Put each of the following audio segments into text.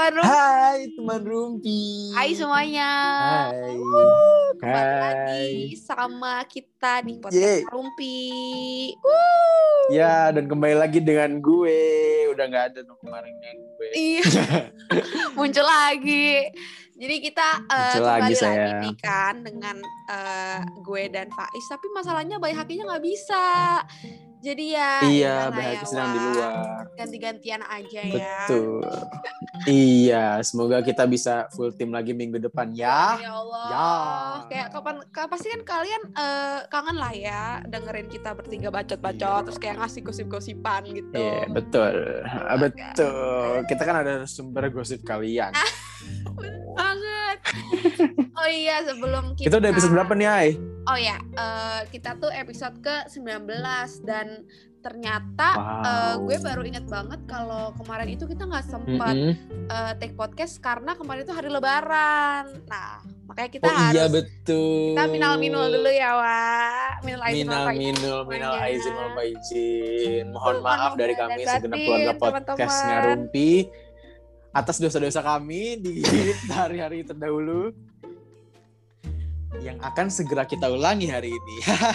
teman Rumpi. Hai teman Rumpi. Hai semuanya. Hai. Kembali Hai. lagi sama kita di podcast Yeay. Rumpi. Ya, dan kembali lagi dengan gue. Udah nggak ada dong kemarin gue. Iya. Muncul lagi. Jadi kita Muncul kembali lagi, lagi sayang. nih kan dengan gue dan Faiz. Tapi masalahnya Bayi Hakinya nggak bisa. Jadi ya Iya, gimana Bayi ya, Haki sedang di luar. ganti-gantian aja ya. Betul. Iya, semoga kita bisa full tim lagi minggu depan ya. Ya Allah. Ya. Kayak pasti kan kalian kangen lah ya dengerin kita bertiga bacot-bacot terus kayak ngasih gosip-gosipan gitu. Iya, betul. Betul. Kita kan ada sumber gosip kalian. Banget. Oh iya, sebelum Kita udah episode berapa nih, Ay? Oh ya, kita tuh episode ke-19 dan ternyata gue baru ingat banget kalau kemarin itu kita nggak sempat take podcast karena kemarin itu hari Lebaran. Nah, makanya kita harus iya betul. Kita minal dulu ya, Wak. Minal aizin wal faizin. Mohon maaf dari kami segenap batin, keluarga podcast teman-teman. Ngarumpi atas dosa-dosa kami di hari-hari terdahulu yang akan segera kita ulangi hari ini.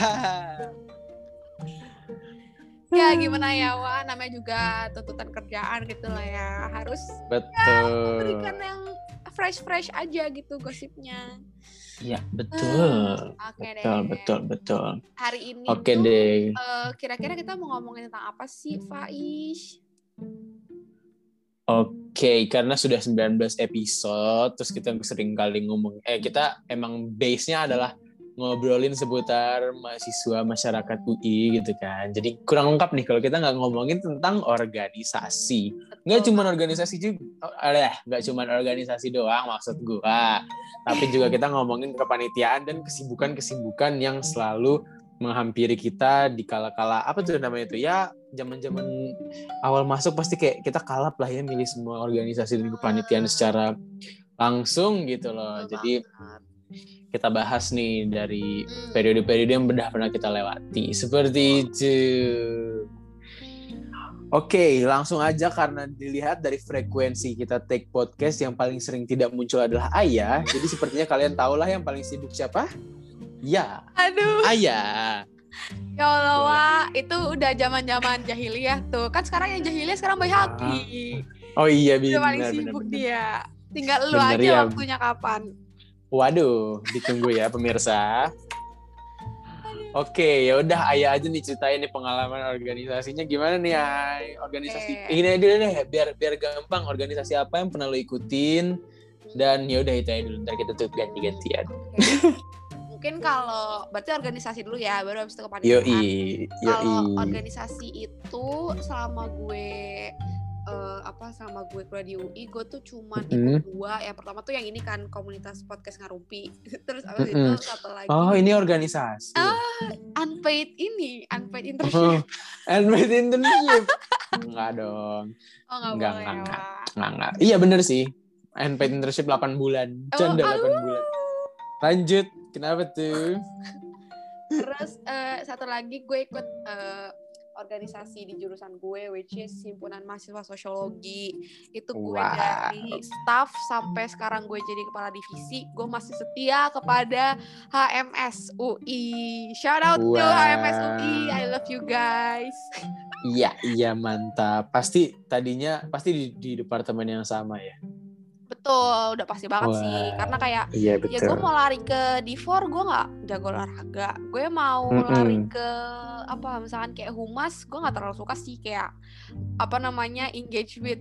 Ya gimana ya, Wak, namanya juga tuntutan kerjaan gitu lah ya. Harus memberikan yang fresh aja gitu gosipnya. Iya, betul. Oke Betul. Hari ini Oke tuh deh. kira-kira kita mau ngomongin tentang apa sih, Faiz? Oke, karena sudah 19 episode, terus kita sering kali ngomong, kita emang base-nya adalah ngobrolin seputar mahasiswa masyarakat UI gitu kan. Jadi kurang lengkap nih kalau kita nggak ngomongin tentang organisasi. Nggak cuma organisasi juga, nggak cuma organisasi doang maksud gua. Tapi juga kita ngomongin kepanitiaan dan kesibukan yang selalu menghampiri kita di kala-kala apa tuh namanya itu ya, zaman-zaman awal masuk pasti kayak kita kalap lah ya milih semua organisasi dan kepanitiaan secara langsung gitu loh. Jadi kita bahas nih dari periode-periode yang pernah kita lewati seperti itu. Oke, langsung aja karena dilihat dari frekuensi kita take podcast yang paling sering tidak muncul adalah Ayah. Jadi sepertinya kalian tahulah yang paling sibuk siapa? Ya, Aduh. Ayah. Ya Allah, Wak, itu udah zaman-zaman jahiliyah tuh. Kan sekarang yang jahiliyah sekarang Bayi Haki. Oh iya, Udah paling benar. sibuk dia. Tinggal lu Bener, aja ya. waktunya kapan. Waduh, ditunggu ya pemirsa. Oke, ya udah Ayah aja nih ceritain nih pengalaman organisasinya gimana nih, Ay? Organisasi ini dulu deh, biar gampang. Organisasi apa yang pernah lo ikutin? Dan ya udah itu aja dulu, ntar kita tuh ganti-gantian. Mungkin kalau berarti organisasi dulu ya, baru habis itu kepanitiaan. Yoi. Kalau organisasi itu selama gue kuliah di UI, gue tuh cuma ikut dua. Yang pertama tuh yang ini kan, komunitas podcast Ngarumpi. Terus abis itu satu lagi. Oh, ini organisasi. Unpaid internship. Unpaid internship. Enggak dong. Oh, Enggak. Iya bener sih. Unpaid internship 8 bulan. Canda 8 bulan. Lanjut. Kenapa tuh? Terus satu lagi gue ikut organisasi di jurusan gue, which is Himpunan Mahasiswa Sosiologi. Itu gue dari staff sampai sekarang gue jadi kepala divisi. Gue masih setia kepada HMS UI. Shout out to HMS UI. I love you guys. Iya mantap. Pasti di departemen yang sama ya. Betul, udah pasti banget sih. Karena kayak ya gue mau lari ke D4, gue gak jago olahraga. Gue mau lari ke misalkan kayak humas, gue gak terlalu suka sih kayak engage with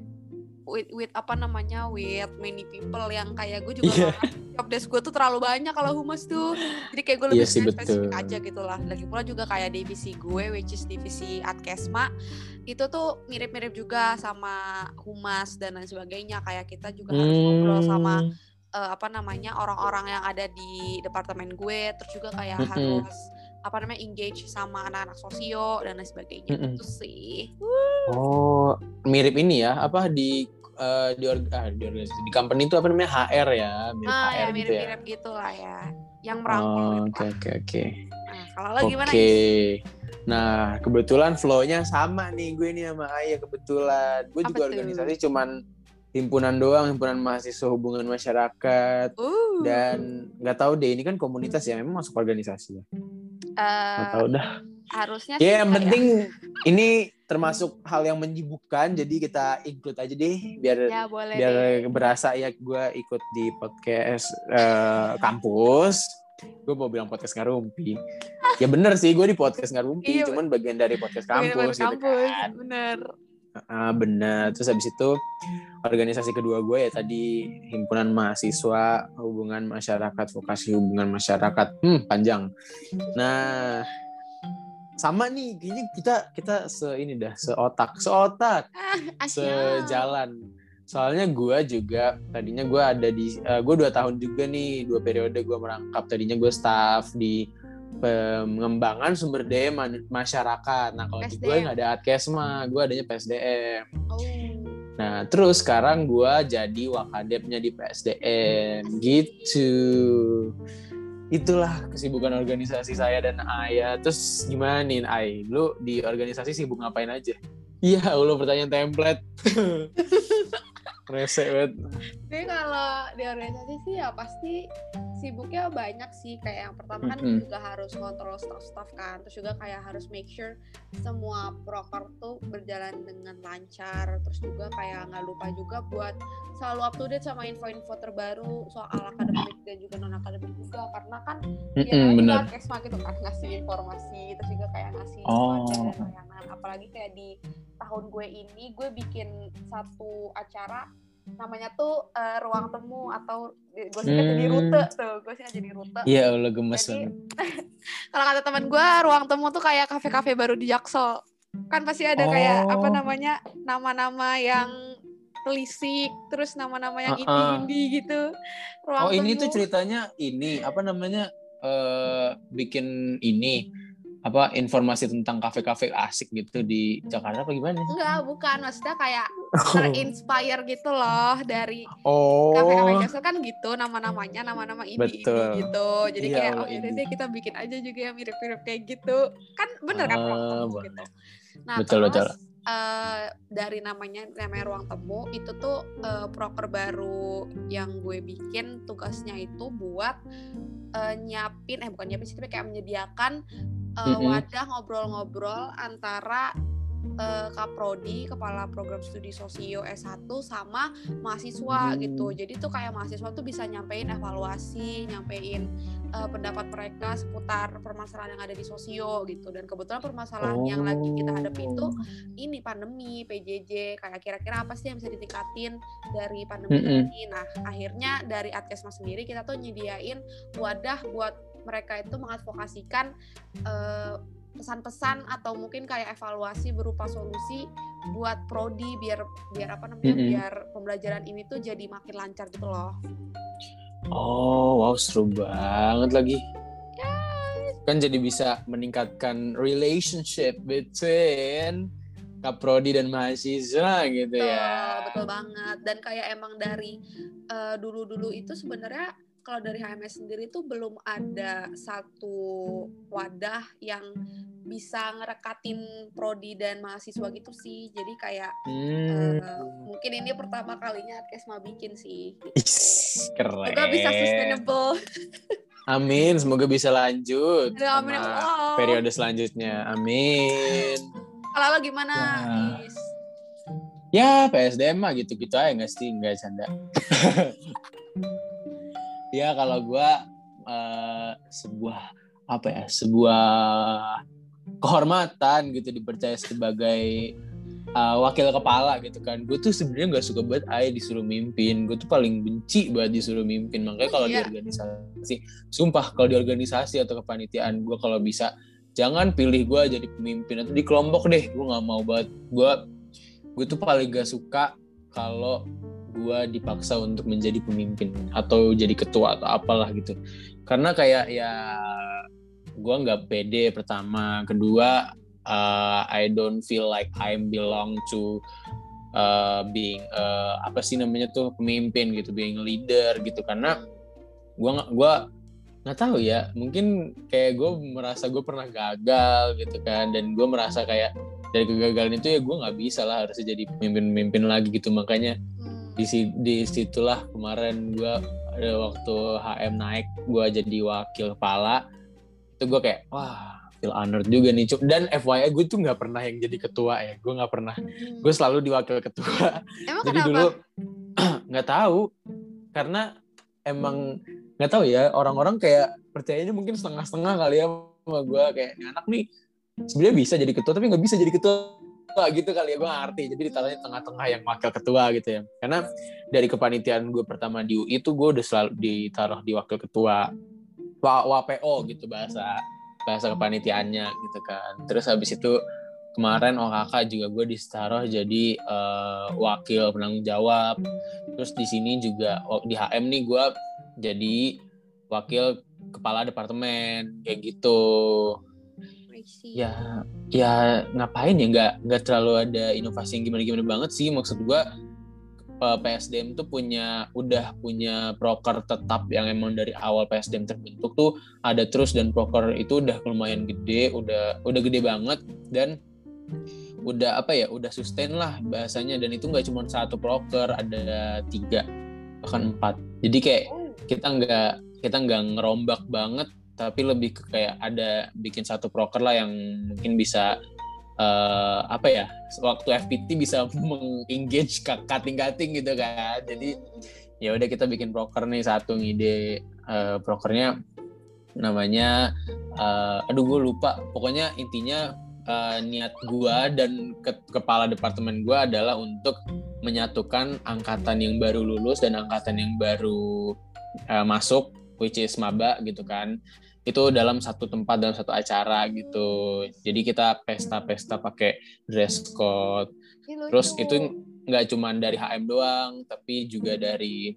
many people yang kayak gue juga job desk gue tuh terlalu banyak kalau humas tuh. Jadi kayak gue lebih spesifik aja gitu lah. Lagi pula juga kayak divisi gue, which is divisi Adkesma, itu tuh mirip-mirip juga sama humas dan lain sebagainya. Kayak kita juga harus ngobrol sama orang-orang yang ada di departemen gue. Terus juga kayak harus engage sama anak-anak sosio dan lain sebagainya. Itu sih. Oh, mirip ini ya, di organisasi di company itu HR ya, HR gitu ya. Mirip gitulah ya. Yang merangkul gitu. Oke. Nah, kalau lo gimana? Nah, kebetulan flow-nya sama nih gue nih sama Ayah kebetulan. Gue juga organisasi cuman himpunan doang, himpunan mahasiswa hubungan masyarakat. Dan nggak tahu deh, ini kan komunitas ya, memang masuk organisasi ya. Nggak tahu dah. Harusnya sih. Ya yang penting ini termasuk hal yang menyibukkan, jadi kita include aja deh, biar berasa ya gue ikut di podcast kampus. Gue mau bilang podcast Ngarumpi. Ya bener sih, gue di podcast Ngarumpi, cuman bagian dari podcast kampus gitu kan. Bener. Bener. Terus habis itu organisasi kedua gue ya tadi himpunan mahasiswa hubungan masyarakat, vokasi hubungan masyarakat. Panjang. Nah, sama nih, kayaknya kita seotak, sejalan. Soalnya gue juga tadinya gue ada di gue 2 tahun juga nih, 2 periode gue merangkap. Tadinya gue staff di pengembangan sumber daya masyarakat. Nah kalau di gue nggak ada Adkesma, gue adanya PSDM. Nah terus sekarang gue jadi wakadepnya di PSDM gitu. Itulah kesibukan organisasi saya dan Aya. Terus gimana nih Ay? Lu di organisasi sibuk ngapain aja? Iya, lu pertanyaan template. Resek banget. Jadi kalau di organisasi sih ya pasti sibuknya banyak sih. Kayak yang pertama kan juga harus kontrol staff kan. Terus juga kayak harus make sure semua proker tuh berjalan dengan lancar. Terus juga kayak nggak lupa juga buat selalu up to date sama info-info terbaru soal akademik dan juga non akademik juga. Karena kan ya Kesma gitu kan ngasih informasi. Terus juga kayak ngasih layanan. Apalagi kayak di tahun gue ini gue bikin satu acara namanya tuh ruang temu atau gue sih jadi rute tuh, gue sih jadi rute. Iya, lo gemes banget. Kalau kata teman gue ruang temu tuh kayak kafe-kafe baru di Jaksel. Kan pasti ada kayak nama-nama yang telisik, terus nama-nama yang indie gitu. Ruang temu. Ini tuh ceritanya ini bikin ini informasi tentang kafe-kafe asik gitu di Jakarta apa gimana? Enggak, bukan. Maksudnya kayak terinspire gitu loh dari kafe-kafe Jaksel kan gitu nama-namanya, nama-nama indie gitu. Jadi kayak yaudah deh kita bikin aja juga yang mirip-mirip kayak gitu. Kan bener kan ruang temu gitu. Nah betul. dari namanya ruang temu itu tuh proker baru yang gue bikin, tugasnya itu buat bukan nyiapin sih, tapi kayak menyediakan wadah ngobrol-ngobrol antara Kaprodi, Kepala Program Studi Sosio S1 sama mahasiswa gitu. Jadi tuh kayak mahasiswa tuh bisa nyampein evaluasi, nyampein pendapat mereka seputar permasalahan yang ada di sosio gitu. Dan kebetulan permasalahan yang lagi kita hadapi itu ini pandemi, PJJ, kayak kira-kira apa sih yang bisa ditingkatin dari pandemi ini. Nah akhirnya dari Adkesma sendiri kita tuh nyediain wadah buat mereka itu mengadvokasikan pesan-pesan atau mungkin kayak evaluasi berupa solusi buat prodi biar biar pembelajaran ini tuh jadi makin lancar gitu loh. Wow, seru banget lagi. Kan jadi bisa meningkatkan relationship between Kaprodi dan mahasiswa gitu ya. Betul banget. Dan kayak emang dari dulu-dulu itu sebenarnya kalau dari HMS sendiri tuh belum ada satu wadah yang bisa ngerekatin prodi dan mahasiswa gitu sih. Jadi kayak mungkin ini pertama kalinya Adkesma bikin sih. Gitu. Keren. Semoga bisa sustainable. Amin, semoga bisa lanjut sama periode selanjutnya. Amin. Kalau lo gimana, Is? Ya, PSDM mah gitu-gitu aja nggak sih? Nggak canda. Ya kalau gue sebuah kehormatan gitu dipercaya sebagai wakil kepala gitu kan. Gue tuh sebenarnya nggak suka banget disuruh mimpin. Gue tuh paling benci banget disuruh mimpin. Makanya kalau di organisasi, sumpah kalau di organisasi atau kepanitiaan gue kalau bisa jangan pilih gue jadi pemimpin atau di kelompok deh. Gue nggak mau banget. Gue tuh paling gak suka kalau gue dipaksa untuk menjadi pemimpin atau jadi ketua atau apalah gitu. Karena kayak ya gue nggak pede pertama, kedua I don't feel like I belong to being pemimpin gitu, being leader gitu. Karena gue nggak tahu ya, mungkin kayak gue merasa gue pernah gagal gitu kan, dan gue merasa kayak dari kegagalan itu ya gue nggak bisa lah harusnya jadi pemimpin lagi gitu. Makanya di situlah kemarin gue ada waktu HM naik, gue jadi wakil kepala. Itu gue kayak wah, feel honored juga nih. Dan FYI gue tuh nggak pernah yang jadi ketua ya, gue nggak pernah. Gue selalu di wakil ketua. Emang jadi kenapa? dulu nggak tahu, karena emang nggak tahu ya, orang-orang kayak percayanya mungkin setengah-setengah kali ya sama gue, kayak anak nih sebenarnya bisa jadi ketua tapi nggak bisa jadi ketua gitu kali ya, gue ngerti. Jadi ditaruhnya tengah-tengah yang wakil ketua gitu ya, karena dari kepanitiaan gue pertama di UI itu gue udah selalu ditaruh di wakil ketua, WPO gitu bahasa kepanitiaannya gitu kan. Terus habis itu kemarin OKK juga gue ditaruh jadi wakil penanggung jawab. Terus di sini juga di HM nih gue jadi wakil kepala departemen kayak gitu. Ya ngapain ya, nggak terlalu ada inovasi yang gimana banget sih. Maksud gue PSDM tuh udah punya proker tetap yang emang dari awal PSDM terbentuk tuh ada terus, dan proker itu udah lumayan gede, udah gede banget, dan udah udah sustain lah bahasanya. Dan itu nggak cuma satu proker, ada 3 bahkan 4. Jadi kayak kita nggak ngerombak banget, tapi lebih ke kayak ada bikin satu proker lah yang mungkin bisa waktu FPT bisa meng-engage cutting gitu kan. Jadi ya udah kita bikin proker nih, satu ngide prokernya namanya gue lupa, pokoknya intinya niat gue dan kepala departemen gue adalah untuk menyatukan angkatan yang baru lulus dan angkatan yang baru masuk, which is maba gitu kan, itu dalam satu tempat, dalam satu acara gitu. Jadi kita pesta pakai dress code. Terus itu nggak cuma dari HM doang, tapi juga dari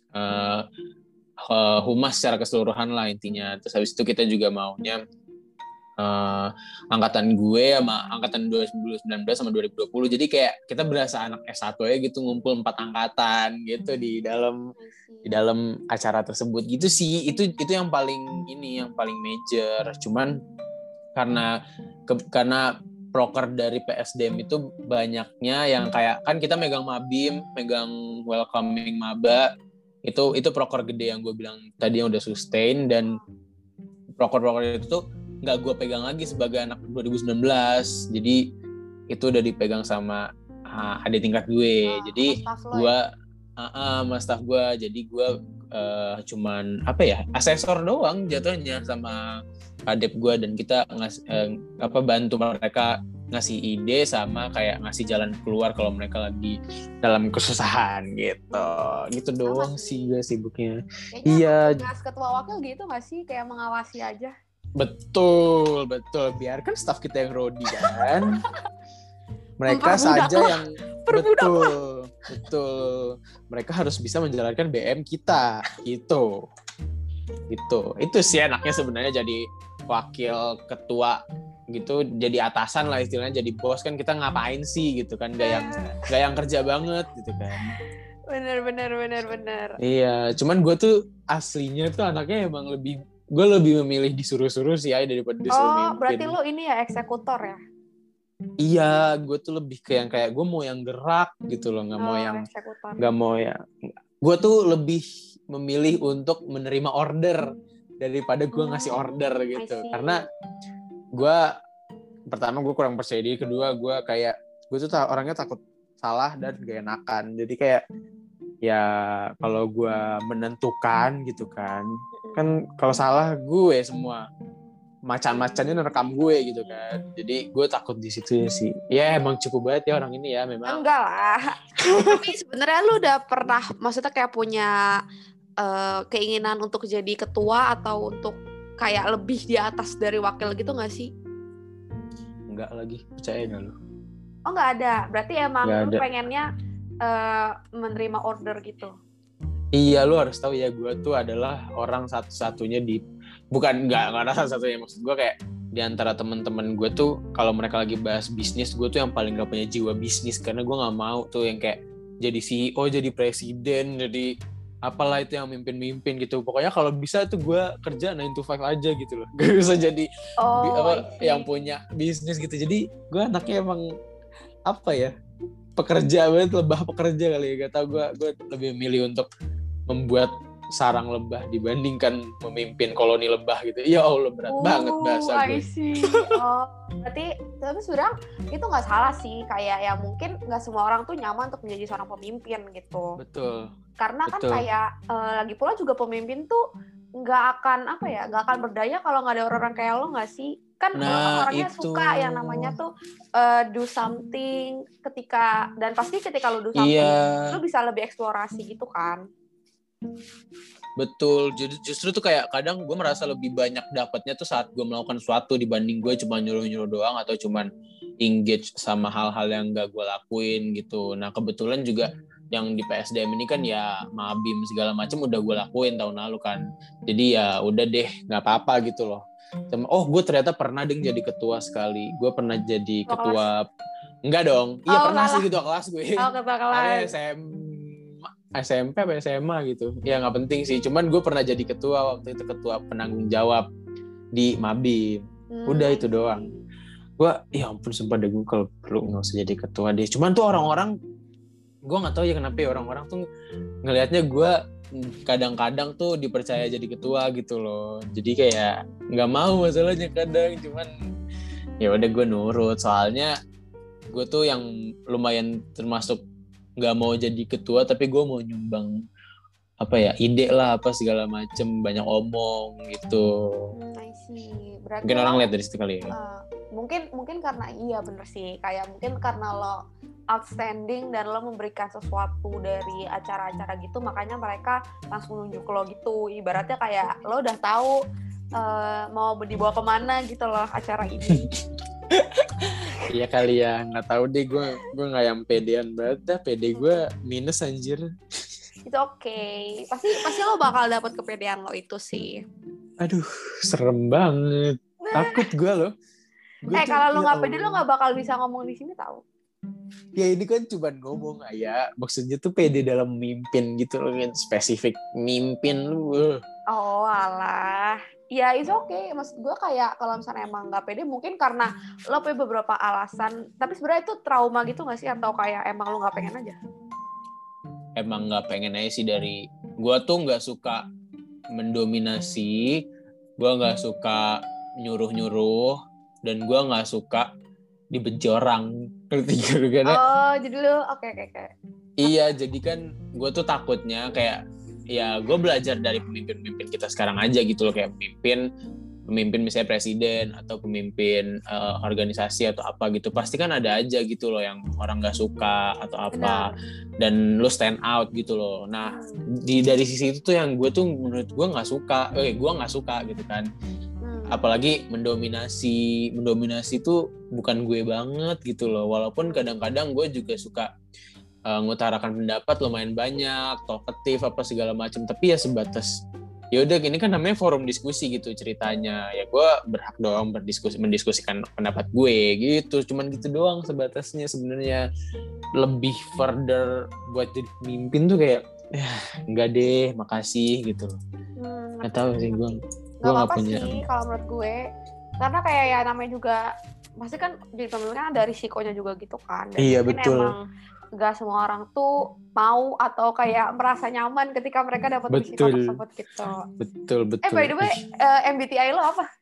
humas secara keseluruhan lah intinya. Terus habis itu kita juga maunya angkatan gue sama angkatan 2019 sama 2020. Jadi kayak kita berasa anak S1 aja gitu, ngumpul 4 angkatan gitu di dalam acara tersebut gitu sih. Itu yang paling major. Cuman karena proker dari PSDM itu banyaknya yang kayak kan kita megang Mabim, megang welcoming maba. Itu proker gede yang gue bilang tadi yang udah sustain, dan proker itu tuh nggak gue pegang lagi sebagai anak 2019. Jadi itu udah dipegang sama adik tingkat gue. Jadi gue sama staff gue. Jadi gue cuman asesor doang jatuhnya sama kadep gue, dan kita bantu mereka ngasih ide sama kayak ngasih jalan keluar kalau mereka lagi dalam kesusahan gitu doang sih gue sibuknya. Iya. Ketua wakil gitu nggak sih, kayak mengawasi aja? Betul. Biarkan staff kita yang rodi kan. Mereka saja yang betul. Mereka harus bisa menjalankan BM kita gitu. Itu sih enaknya sebenarnya jadi wakil ketua gitu, jadi atasan lah istilahnya, jadi bos kan. Kita ngapain sih gitu kan, gak yang kerja banget gitu kan. Bener. Iya, cuman gue tuh aslinya tuh anaknya emang gue lebih memilih disuruh-suruh sih daripada disuruh mimpin. Berarti lo ini ya eksekutor ya? Iya, gue tuh lebih ke yang kayak gue mau yang gerak gitu loh, nggak mau yang gue tuh lebih memilih untuk menerima order daripada gue ngasih order gitu. Karena gue pertama gue kurang percaya diri, kedua gue tuh orangnya takut salah dan gak enakan. Jadi kayak ya kalau gue menentukan gitu kan kalau salah gue semua macan-macannya nerekam gue gitu kan. Jadi gue takut di situ sih. Ya emang cukup banget ya orang ini ya memang. Enggak lah. Tapi sebenarnya lu udah pernah maksudnya kayak punya keinginan untuk jadi ketua atau untuk kayak lebih di atas dari wakil gitu nggak sih? Enggak lagi, percaya nggak lu? Oh nggak ada. Berarti emang lu pengennya menerima order gitu. Iya, lu harus tahu ya, gue tuh adalah orang satu-satunya bukan nggak ada satu-satunya, maksud gue kayak di antara teman-teman gue tuh kalau mereka lagi bahas bisnis, gue tuh yang paling gak punya jiwa bisnis, karena gue nggak mau tuh yang kayak jadi CEO, jadi presiden, jadi apalah itu yang mimpin gitu. Pokoknya kalau bisa tuh gue kerja 9 to 5 aja gitu loh, gak bisa jadi yang punya bisnis gitu. Jadi gue anaknya emang pekerja banget, lebah pekerja kali ya. Gak tau, gue lebih milih untuk membuat sarang lebah dibandingkan memimpin koloni lebah gitu. Ya Allah, berat banget bahasa gue. I see. Oh, berarti tapi sebenarnya itu nggak salah sih. Kayak ya mungkin nggak semua orang tuh nyaman untuk menjadi seorang pemimpin gitu. Betul. Karena kan kayak lagi pula juga pemimpin tuh nggak akan berdaya kalau nggak ada orang-orang kayak lo nggak sih? Kan lo kan orangnya suka yang namanya tuh do something dan pasti ketika lo do something lo bisa lebih eksplorasi gitu kan. Betul, justru tuh kayak kadang gue merasa lebih banyak dapatnya tuh saat gue melakukan sesuatu dibanding gue cuma nyuruh-nyuruh doang atau cuma engage sama hal-hal yang gak gue lakuin gitu. Nah kebetulan juga yang di PSDM ini kan ya mabim segala macam udah gue lakuin tahun lalu kan. Jadi ya udah deh, nggak apa-apa gitu loh. Oh gue ternyata pernah jadi ketua sekali. Gue pernah jadi ketua. Enggak dong. Iya pernah sih ketua kelas gue. Ketua kelas. SMP apa SMA gitu. Ya nggak penting sih. Cuman gue pernah jadi ketua waktu itu, ketua penanggung jawab di mabim. Udah itu doang. Gue ya ampun sumpah deh, gue kalau perlu nggak usah jadi ketua deh. Cuman tuh orang-orang, gue nggak tahu ya kenapa ya orang-orang tuh ngelihatnya gue kadang-kadang tuh dipercaya jadi ketua gitu loh. Jadi kayak nggak mau masalahnya kadang. Cuman ya udah gue nurut. Soalnya gue tuh yang lumayan termasuk nggak mau jadi ketua, tapi gue mau nyumbang ide lah segala macem, banyak omong gitu. I see. Berarti mungkin orang lihat dari situ kali ya. Mungkin karena iya bener sih, kayak mungkin karena lo outstanding dan lo memberikan sesuatu dari acara-acara gitu, makanya mereka langsung nunjuk lo gitu. Ibaratnya kayak lo udah tahu mau dibawa kemana gitu loh acara ini. Iya kali ya, nggak tahu deh, gue nggak yang pedean banget dah, pede gue minus anjir. Itu okay. Pasti lo bakal dapet kepedean lo itu sih. Aduh, serem banget. Takut gue loh. Kalau lo nggak pede lo nggak bakal bisa ngomong di sini tau. Ya ini kan cuma ngomong aja, maksudnya tuh pede dalam memimpin gitu loh, spesifik mimpin lu. Oh alah. Ya it's okay, maksud gue kayak kalau misalnya emang nggak pede mungkin karena lo punya beberapa alasan, tapi sebenarnya itu trauma gitu nggak sih, atau kayak emang lo nggak pengen aja? Emang nggak pengen aja sih. Dari gue tuh nggak suka mendominasi, gue nggak suka nyuruh-nyuruh, dan gue nggak suka dibejorang. Oh jadi lo oke. Iya, jadi kan gue tuh takutnya kayak ya gue belajar dari pemimpin-pemimpin kita sekarang aja gitu loh, kayak pemimpin misalnya presiden atau pemimpin organisasi atau apa gitu, pasti kan ada aja gitu loh yang orang nggak suka atau apa. Benar. Dan lo stand out gitu loh. Nah dari sisi itu tuh yang gue tuh menurut gue nggak suka gitu kan. Apalagi mendominasi tuh bukan gue banget gitu loh, walaupun kadang-kadang gue juga suka ngutarakan pendapat lumayan banyak, talkative segala macam, tapi ya sebatas ya udah, ini kan namanya forum diskusi gitu ceritanya, ya gue berhak dong mendiskusikan pendapat gue gitu, cuman gitu doang sebatasnya. Sebenarnya lebih further buat jadi pemimpin tuh kayak enggak deh, makasih gitu. Nggak tahu sih, gue nggak punya sih kalau menurut gue, karena kayak ya namanya juga pasti kan jadi pemimpin kan ada risikonya juga gitu kan. Dan iya betul. Emang gak semua orang tuh mau atau kayak merasa nyaman ketika mereka dapat risiko tersebut gitu. Betul. By the way, MBTI lo apa?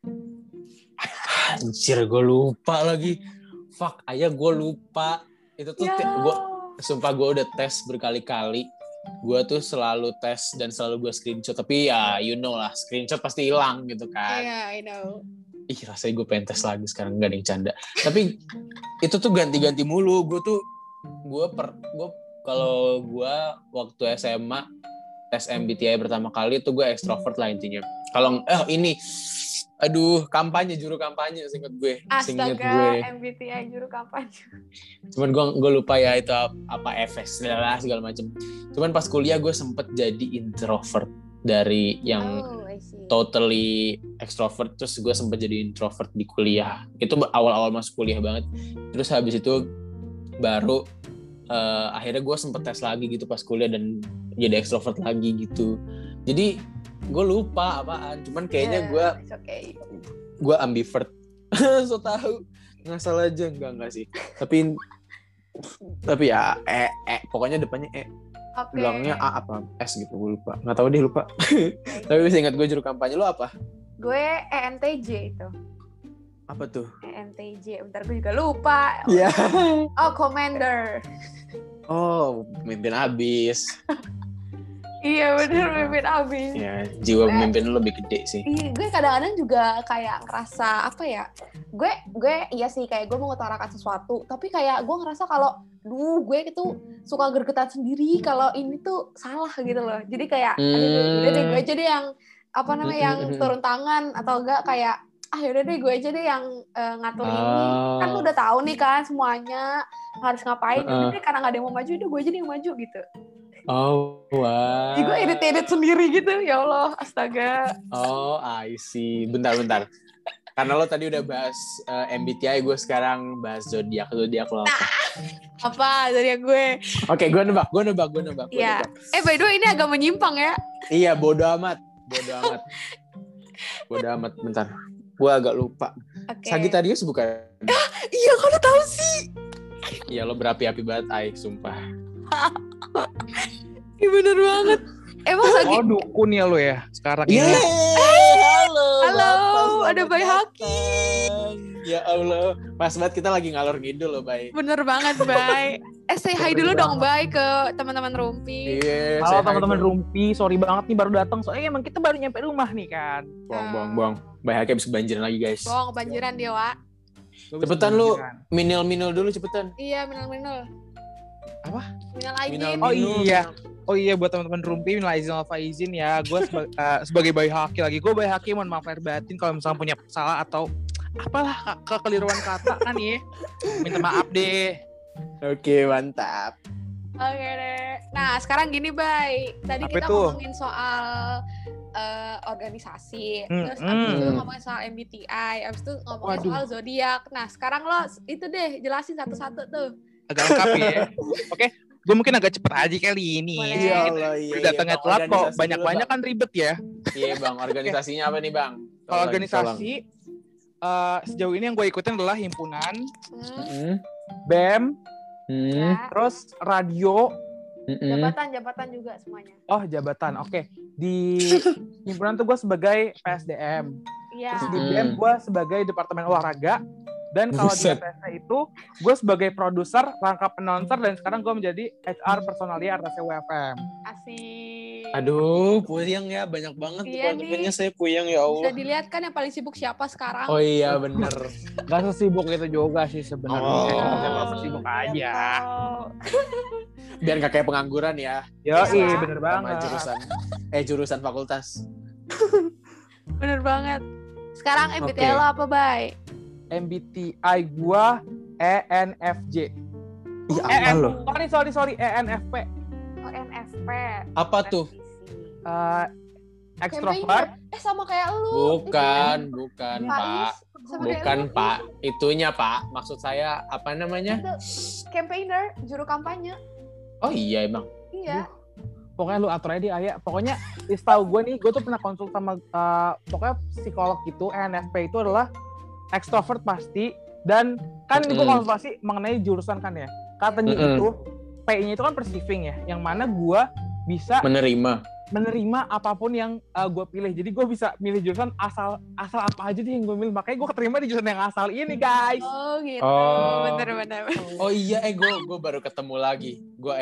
Anjir, gue lupa lagi. Fuck, ayah gue lupa. Itu tuh sumpah gue udah tes berkali-kali. Gue tuh selalu tes dan selalu gue screenshot. Tapi ya you know lah, screenshot pasti hilang gitu kan. Iya, I know. Ih, rasanya gue pengen tes lagi sekarang, gak ada yang canda. Tapi itu tuh ganti-ganti mulu. Gue kalau gue waktu SMA tes MBTI pertama kali itu gue extrovert lah intinya. Kalau juru kampanye seinget gue. Astaga, MBTI juru kampanye. Cuman gue lupa ya itu apa FS lah segala macam. Cuman pas kuliah gue sempet jadi introvert, dari yang totally extrovert, terus gue sempet jadi introvert di kuliah. Itu awal-awal masuk kuliah banget. Terus habis itu baru akhirnya gue sempet tes lagi gitu pas kuliah dan jadi extrovert lagi gitu. Jadi gue lupa apaan, cuman kayaknya gue ambivert. So tahu ngasal aja, enggak sih, tapi Tapi ya pokoknya depannya Oke. belakangnya A apa S gitu, gue lupa. Nggak tahu deh, lupa. Tapi bisa ingat gue juru kampanye lo apa? Gue ENTJ itu. Apa tuh? ENTJ. Bentar gue juga lupa. Iya. Oh, Commander. Oh, pemimpin abis. Iya bener, pemimpin abis. Ya, jiwa pemimpin lo lebih gede sih. Iya, gue kadang-kadang juga kayak ngerasa apa ya? Gue iya sih kayak gue mengutarakan sesuatu, tapi kayak gue ngerasa kalau gue itu suka gergetan sendiri kalau ini tuh salah gitu loh. Jadi kayak udah deh gue aja deh yang apa namanya yang turun tangan, atau enggak kayak yaudah deh gue aja deh yang ngatur ini. Kan lu udah tahu nih kan semuanya harus ngapain. Udah deh karena nggak ada yang mau maju, udah gue aja deh yang maju gitu. Oh, wah. Jadi gue edit sendiri gitu, ya Allah, astaga. Oh, I see. Bentar. Karena lo tadi udah bahas MBTI, gue sekarang bahas zodiak lo apa? Apa zodiak gue? Oke, gue nebak. Iya. By the way ini agak menyimpang ya. Iya, bodo amat. Bentar. Gue agak lupa. Okay. Sagittarius bukan? Iya, kok lo tahu sih? Iya, lo berapi-api banget, sumpah. Iya bener banget. Emang Oh, dukun ya lo ya sekarang ini. Halo, ada Bay Haki. Ya Allah, pas banget kita lagi ngalor ngidul loh, Bay. Bener banget, Bay. Say hi dulu dong, Bay, ke teman-teman Rumpi. Iya. Halo teman-teman Rumpi, sorry banget nih baru datang. Soalnya emang kita baru nyampe rumah nih kan. Buang. Bay Haki habis kebanjiran lagi, guys. Bohong, kebanjiran dia, Wak. Cepetan lu, minil dulu cepetan. Iya, minal. Apa? Minal aijin. Oh iya buat teman-teman Rumpi, minal aizin wal faizin ya. Gue sebagai Bay Haki lagi. Gue Bay Haki, mohon maaf lahir batin kalau misalnya punya salah atau apalah kekeliruan kata kan ya. Minta maaf deh. Oke, mantap. Oke deh. Nah, sekarang gini, Bay. Tadi Apa kita itu? ngomongin soal organisasi. Terus abis itu ngomongin soal MBTI. Abis itu ngomongin soal zodiak. Nah, sekarang lo itu deh jelasin satu-satu tuh. Agak lengkap ya. Oke. Gue mungkin agak cepet aja kali ini. Ya Allah, iya. Datangnya telat kok. Banyak-banyak kan ribet ya. Iya, Bang. Organisasinya apa nih, Bang? Kalau organisasi, sejauh ini yang gue ikutin adalah himpunan, BEM, terus radio, jabatan juga semuanya. Oh, jabatan. Oke. Di himpunan tuh gue sebagai PSDM. Iya. Terus di BEM gue sebagai Departemen Olahraga. Dan kalau di RTC itu gue sebagai produser, rangkap announcer, dan sekarang gue menjadi HR personalia RTC WFM. Asik. Aduh, puyeng ya, banyak banget departemennya, saya puyeng ya Allah. Bisa dilihat kan yang paling sibuk siapa sekarang? Oh iya, bener. Gak sesibuk itu juga sih sebenarnya. Jangan sibuk aja. Biar gak kayak pengangguran ya. Iya, bener banget. Jurusan fakultas. Bener banget. Sekarang MBTI lo apa, Bay? MBTI gua ENFJ. Iya, apa lo? Sorry, ENFP. Oh, ENFP. Apa tuh? Extrovert. Sama kayak lu. Bukan, Pak. Bukan, Pak. Itunya, Pak. Maksud saya apa namanya? Campaigner, juru kampanye. Oh iya, emang. Iya. Pokoknya lu atur aja Ayah. Pokoknya setahu gue nih, gue tuh pernah konsul sama pokoknya psikolog gitu. ENFP itu adalah extrovert pasti, dan kan gue konsultasi mengenai jurusan kan ya. Katanya itu P-nya itu kan perceiving ya, yang mana gue bisa menerima apapun yang gue pilih. Jadi gue bisa milih jurusan asal apa aja deh yang gue milih. Makanya gue keterima di jurusan yang asal ini, guys. Oh gitu. Bener. Oh iya, gue baru ketemu lagi. Gue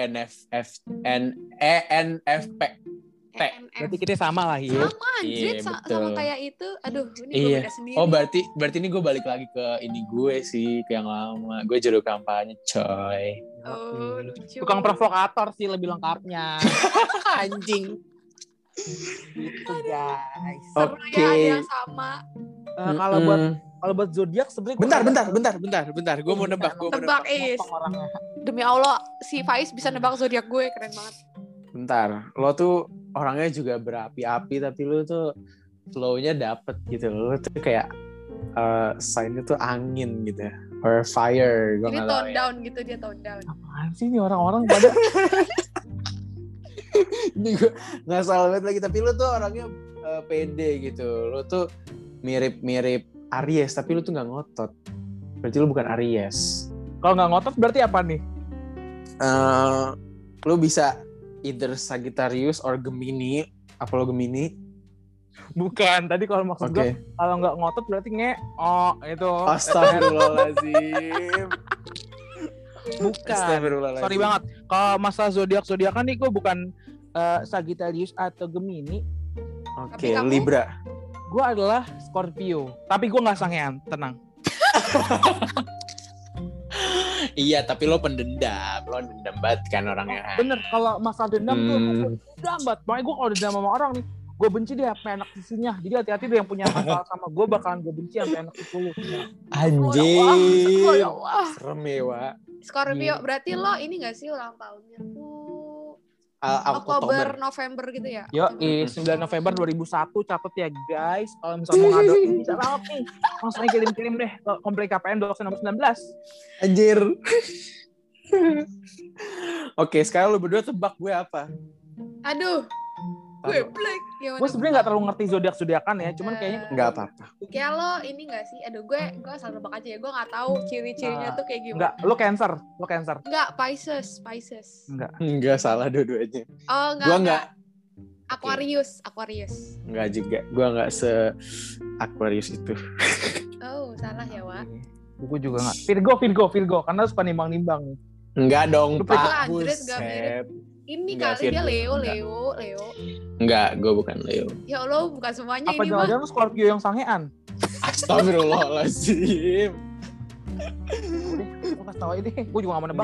ENFP. Berarti kita sama lah ya. Sama anjir, sama kayak itu. Aduh, ini gue beda sendiri. Oh berarti ini gue balik lagi ke ini gue sih, ke yang lama. Gue juru kampanye, coy. Oh, lucu. Tukang provokator sih lebih lengkapnya. Anjing. Gitu guys. Oke. Ada yang sama. Kalau buat zodiak sebenarnya. Bentar. Gue mau nebak. Is. Demi Allah, si Faiz bisa nebak zodiak gue, keren banget. Bentar, lo tuh orangnya juga berapi-api, tapi lo tuh flow-nya dapet gitu. Lo tuh kayak sign-nya tuh angin gitu, or fire. Jadi tone down gitu, dia tone down. Apaan sih ini orang-orang pada? Ini gue nggak salah banget lagi, tapi lo tuh orangnya pede gitu. Lo tuh mirip Aries, tapi lo tuh nggak ngotot. Berarti lo bukan Aries. Kalau nggak ngotot berarti apa nih? Lu bisa either Sagittarius or Gemini. Apa lo Gemini? Bukan, tadi kalau maksud gue kalau nggak ngotot berarti itu. Astagfirullahaladzim. Bukan. Sorry banget. Kalau masalah zodiak-zodiakan nih gue bukan Sagittarius atau Gemini. Oke, Libra. Gue adalah Scorpio. Tapi gue nggak sangean, tenang. Iya, tapi lo pendendam. Lo dendam banget kan orangnya. Bener, kalau masalah dendam tuh dendam banget. Makanya gue kalau dendam sama orang nih, gue benci deh sampai enak sisinya. Jadi hati-hati deh yang punya masalah sama gue bakalan gue benci sampai enak sisi lu. Anjir. Serem ya, Wak. Scorpio, berarti lo ini gak sih ulang tahunnya tuh Oktober, November gitu ya? Yo, 9 November 2001, catat ya guys. Kalau misalnya mau ngado bisa banget nih. Langsung kirim-kirim deh ke Komplek KPN dosen nomor 19. Anjir. Oke, sekarang lu berdua tebak gue apa? Aduh. Gue blank. Gue sebenarnya nggak terlalu ngerti zodiak-zodiakan ya, cuman kayaknya nggak apa-apa. Kayak lo ini nggak sih? Aduh, gue asal nebak aja ya. Gue nggak tahu ciri-cirinya tuh kayak gimana. Nggak, lo Cancer. Nggak, Pisces. Nggak salah dua-duanya. Oh, nggak. Gue nggak. Aquarius. Nggak juga. Gue nggak se-Aquarius itu. Oh, salah ya, Wak. Gue juga nggak. Virgo, karena suka nimbang-nimbang. Enggak dong, Pak. Buset. Ini enggak, kali dia Leo. Enggak, gue bukan Leo. Ya Allah, bukan semuanya apa ini mah. Apa jangan Scorpio yang sangean? Astagfirullahaladzim. Gue kasih tau aja deh, gue juga gak mau nebak.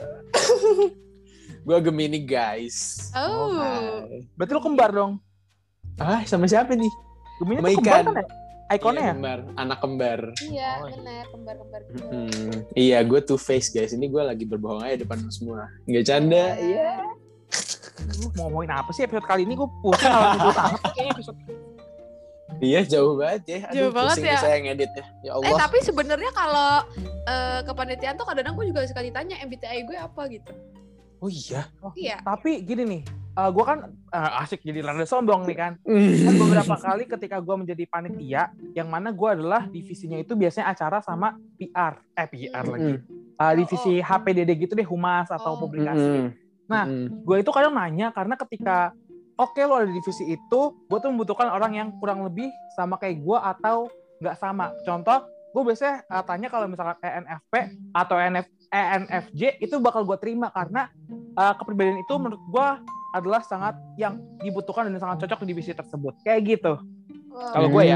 Gue Gemini, guys. Oh. Berarti lo kembar dong? Sama siapa nih? Gemini tuh kembar kan ya? Ikonnya ya? Kembar, anak kembar. Iya, benar, kembar gitu. Iya, gue two face guys. Ini gue lagi berbohong aja depan semua. Nggak canda. Iya. Mau ngomongin apa sih episode kali ini? Gue pusing kalau tidur banget kayaknya episode. Iya, jauh banget ya. Jauh banget ya. Saya ngedit ya. Ya Allah. Tapi sebenarnya kalau kepanitiaan tuh kadang-kadang gue juga suka ditanya MBTI gue apa gitu. Oh iya. Iya. Tapi gini nih, gue kan asik jadi rada sombong nih kan. Kan beberapa kali ketika gue menjadi panitia, yang mana gue adalah divisinya itu biasanya acara sama PR lagi. Divisi HPDD gitu deh, humas atau publikasi. Nah, gue itu kadang nanya karena ketika lo ada di divisi itu, gue tuh membutuhkan orang yang kurang lebih sama kayak gue atau nggak sama. Contoh, gue biasanya tanya kalau misalkan ENFP atau ENFJ itu bakal gue terima karena kepribadian itu menurut gue adalah sangat yang dibutuhkan dan sangat cocok di divisi tersebut. Kayak gitu. Kalau gue ya.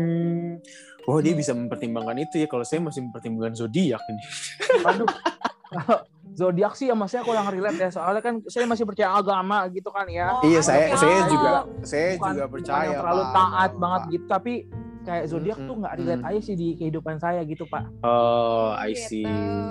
Oh, dia bisa mempertimbangkan itu ya. Kalau saya masih mempertimbangkan zodiak ini. Aduh. Zodiak sih ya masnya kurang relate ya. Soalnya kan saya masih percaya agama gitu kan ya. Iya, saya juga percaya. Bukan terlalu taat banget gitu, tapi kayak zodiak tuh nggak relate aja sih di kehidupan saya gitu, Pak. Oh, I see.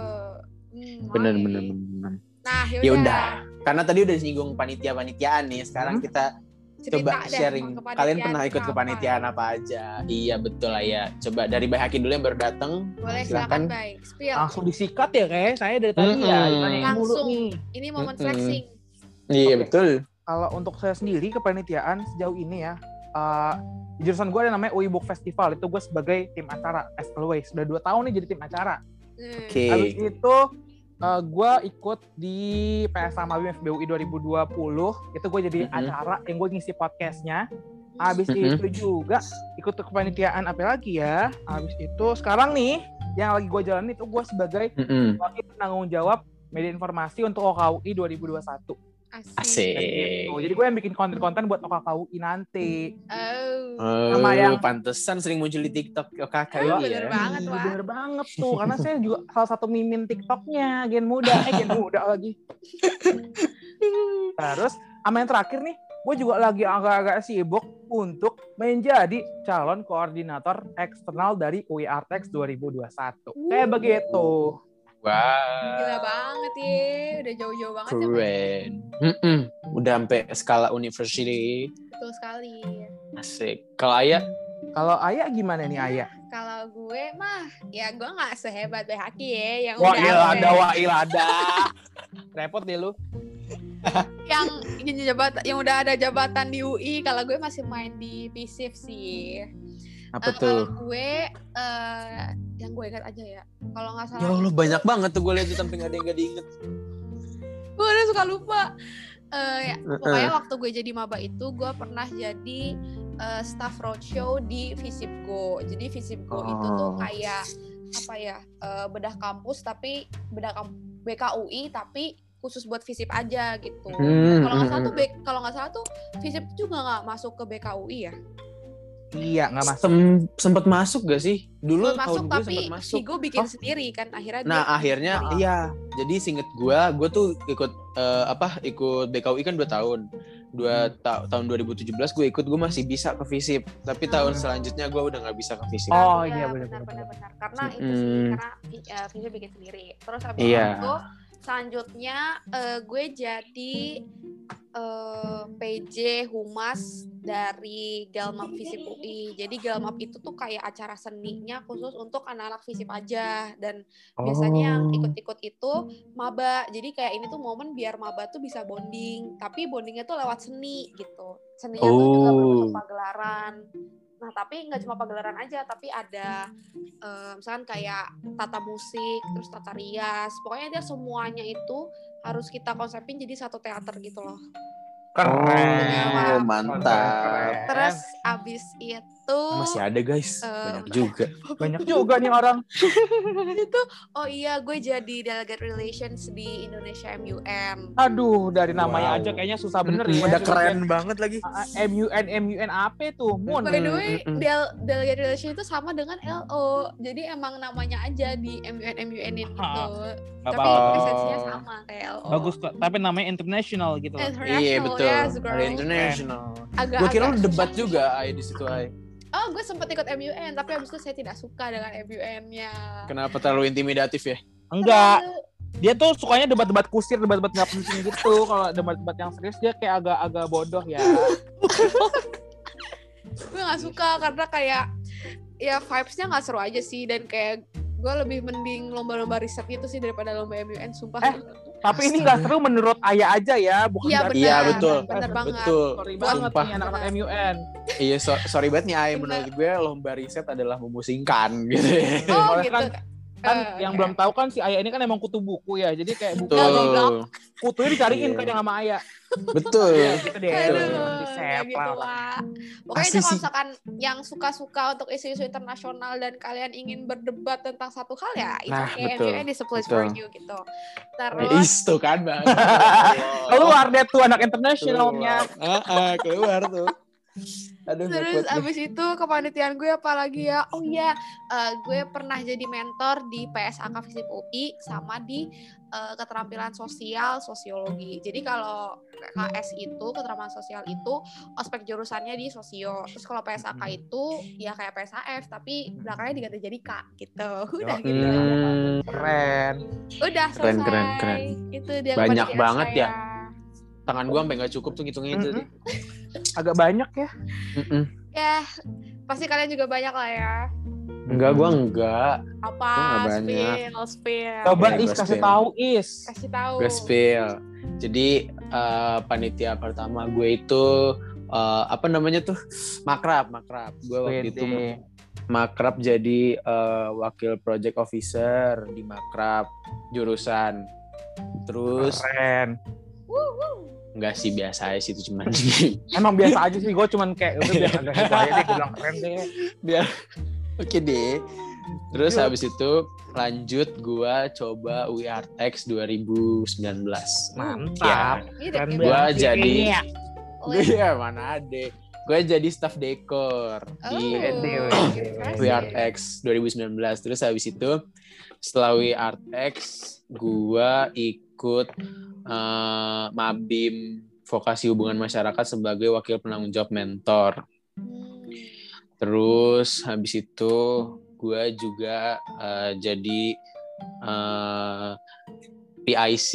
Bener. Nah, ya udah. Karena tadi udah singgung panitia-panitiaan nih. Sekarang kita coba sharing. Kalian pernah ikut kepanitiaan apa aja? Iya, betul lah ya. Coba dari Bay Haki dulu yang baru datang. Boleh, silakan Bay. Langsung disikat ya kayak saya dari tadi ya. Langsung. Ini momen flexing. Iya, betul. Kalau untuk saya sendiri kepanitiaan sejauh ini ya, di jurusan gue ada namanya UI Book Festival. Itu gue sebagai tim acara as always. Sudah 2 tahun nih jadi tim acara. Oke. Habis itu gue ikut di PSA Mabim FBUI 2020. Itu gue jadi acara yang gue ngisi podcastnya. Habis itu juga ikut kepanitiaan apa lagi ya. Habis itu sekarang nih yang lagi gue jalanin itu gue sebagai wakil penanggung jawab media informasi untuk OKUI 2021. Asik. Jadi gue yang bikin konten-konten buat OKKUI nanti. Sama yang pantesan sering muncul di TikTok OKKUI ya. Bener banget tuh. Karena saya juga salah satu mimin TikToknya Gen muda lagi. Terus sama yang terakhir nih, gue juga lagi agak-agak sibuk untuk menjadi calon koordinator eksternal dari UI Artex 2021. Kayak begitu. Wow. Gila banget ya, udah jauh-jauh banget. Keren. Udah sampai skala university. Betul sekali. Asik. Kalau Aya? Kalau Aya gimana nih Aya? Kalau gue mah, ya gue nggak sehebat Bay Haki ya. Yang Wailada. Repot deh lu. yang udah ada jabatan di UI. Kalau gue masih main di PSIF sih. Apa tuh? Gue yang gue ingat aja ya. Kalau nggak salah. Ya Allah banyak banget tuh gue lihat sampai nggak ada yang nggak diinget. Gue udah suka lupa. Pokoknya waktu gue jadi maba itu gue pernah jadi staff roadshow di Visipgo. Jadi Visipgo itu tuh kayak apa ya, bedah kampus tapi BKUI tapi khusus buat Visip aja gitu. Kalau nggak salah tuh Visip juga nggak masuk ke BKUI ya? Iya, nggak masuk. Sempet masuk gak sih? Dulu masuk, tahun gue tapi sempet masuk. Vigo bikin sendiri kan akhirnya. Akhirnya iya. Jadi seinget gue tuh ikut ikut BKUI kan 2 tahun. Tahun 2017 gue ikut, gue masih bisa ke Visip. Tapi tahun selanjutnya gue udah nggak bisa ke Visip. Oh iya benar. Karena itu sih karena Visip bikin sendiri. Terus habis itu selanjutnya gue jadi PJ Humas dari Galmap Visip UI. Jadi Galmap itu tuh kayak acara seninya khusus untuk anak-anak Visip aja, dan biasanya yang ikut-ikut itu maba. Jadi kayak ini tuh momen biar maba tuh bisa bonding, tapi bondingnya tuh lewat seni gitu. Seninya tuh juga berbentuk pagelaran. Nah, tapi nggak cuma pagelaran aja, tapi ada misalkan kayak tata musik, terus tata rias. Pokoknya dia semuanya itu harus kita konsepin jadi satu teater gitu loh. Keren. Mantap. Terus abis itu masih ada guys, banyak juga nih orang. Itu gue jadi delegate relations di Indonesia MUN. Aduh, dari namanya aja kayaknya susah bener ya. Udah keren banget lagi. MUN apa tuh? By the way, delegate relations itu sama dengan LO. Jadi emang namanya aja di MUN-in gitu. Tapi esensinya sama kayak LO. Bagus kok, tapi namanya international gitu. Iya betul. Ada international. Gue kira lu debat juga di situ gue sempat ikut MUN, tapi abis itu saya tidak suka dengan MUN-nya. Kenapa, terlalu intimidatif ya? Enggak. Dia tuh sukanya debat-debat kusir, debat-debat nggak penting gitu. Kalau debat-debat yang serius dia kayak agak bodoh ya. Gue nggak suka karena kayak ya vibes-nya nggak seru aja sih, dan kayak gue lebih mending lomba-lomba riset gitu sih daripada lomba MUN, sumpah. Tapi ini nggak seru menurut Ayah aja ya, bukan? Iya betul. Bener banget. Sorry banget nih anak-anak MUN. Iya, sorry banget nih Ayah, menurut gue lomba riset adalah memusingkan gitu. Gitu. Kan yang belum tahu kan si Ayah ini kan emang kutu buku ya, jadi kayak buku kutunya dicariin kan yang sama Ayah. Betul. Gitu deh. Gitu lah. Pokoknya itu kalau misalkan yang suka-suka untuk isu-isu internasional dan kalian ingin berdebat tentang satu hal ya, itu kayak MUN is a place for you gitu. Terus itu kan Bang. Keluar deh tuh anak internasionalnya. Keluar tuh. Aduh, terus abis itu kepanitiaan gue apalagi ya, gue pernah jadi mentor di PSAK Visip UI sama di keterampilan sosial sosiologi. Jadi kalau KS itu keterampilan sosial itu ospek jurusannya di sosio, terus kalau PSAK itu ya kayak PSAF tapi belakangnya diganti jadi K gitu. Udah gitu. Keren. Udah selesai. Keren. Itu dia banyak banget saya. Ya. Tangan gua sampai nggak cukup tuh ngitungnya itu. Agak banyak ya. Ya, pasti kalian juga banyak lah ya. Enggak, gua enggak. Apa? Spill. Coba kasih tahu Kasih tahu. Gue spill. Jadi panitia pertama gue itu apa namanya tuh? Makrab. Gue waktu itu Makrab jadi wakil project officer di Makrab jurusan. Terus keren. Enggak sih, biasa aja sih itu cuman. Emang biasa aja sih, gue cuman kayak udah biar agak gitu aja deh, gue bilang keren deh. Biar oke deh. Terus habis itu lanjut gue coba UI Artex 2019. Mantap. Ya, gue jadi mana ada. Gue jadi staff dekor di UI Artex 2019. Terus habis itu setelah UI Artex gue ikut Mabim Vokasi Hubungan Masyarakat sebagai wakil penanggung jawab mentor. Terus habis itu gue juga jadi PIC